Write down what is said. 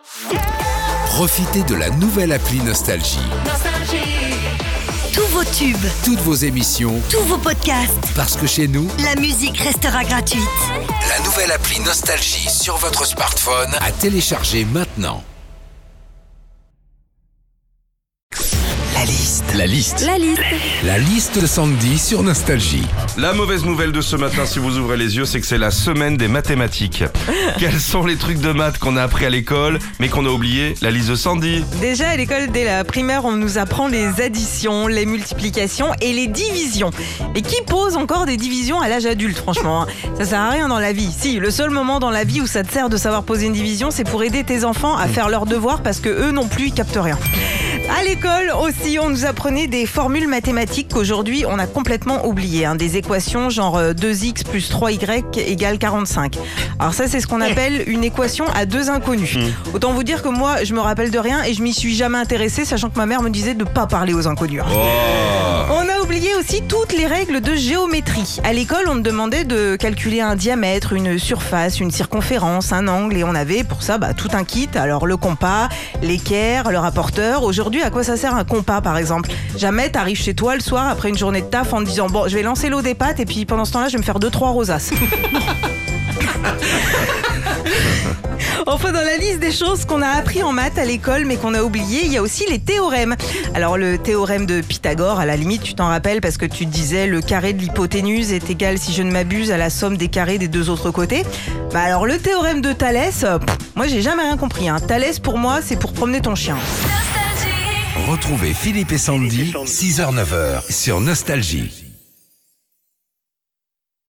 Profitez de la nouvelle appli Nostalgie. Tous vos tubes, Toutes vos émissions, tous vos podcasts, parce que chez nous, la musique restera gratuite. la nouvelle appli Nostalgie sur votre smartphone à télécharger maintenant. La liste de Sandy sur Nostalgie. La mauvaise nouvelle de ce matin, si vous ouvrez les yeux, c'est que c'est la semaine des mathématiques. Quels sont les trucs de maths qu'on a appris à l'école, mais qu'on a oublié? La liste de Sandy. Déjà à l'école, dès la primaire, on nous apprend les additions, les multiplications et les divisions. Et qui pose encore des divisions à l'âge adulte, franchement, hein. Ça sert à rien dans la vie. Si, le seul moment dans la vie où ça te sert de savoir poser une division, c'est pour aider tes enfants à faire leurs devoirs parce que eux non plus, ils captent rien. À l'école aussi, on nous apprenait des formules mathématiques qu'aujourd'hui, on a complètement oubliées. Des équations genre 2x plus 3y égale 45. Alors ça, c'est ce qu'on appelle une équation à deux inconnus. Autant vous dire que moi, je me rappelle de rien et je m'y suis jamais intéressée, sachant que ma mère me disait de ne pas parler aux inconnus. On a oublié aussi toutes les règles de géométrie. À l'école, on me demandait de calculer un diamètre, une surface, une circonférence, un angle, et on avait pour ça tout un kit. Alors le compas, l'équerre, le rapporteur. Aujourd'hui, à quoi ça sert un compas par exemple? Jamais t'arrives chez toi le soir après une journée de taf en te disant bon, je vais lancer l'eau des pâtes et puis pendant ce temps-là, je vais me faire 2-3 rosaces. Enfin, dans la liste des choses qu'on a appris en maths à l'école mais qu'on a oublié, il y a aussi les théorèmes. Alors le théorème de Pythagore, à la limite tu t'en rappelles parce que tu te disais le carré de l'hypoténuse est égal, si je ne m'abuse, à la somme des carrés des deux autres côtés. Alors le théorème de Thalès, moi j'ai jamais rien compris. Thalès pour moi c'est pour promener ton chien. Retrouvez Philippe et Sandy, 6h-9h sur Nostalgie.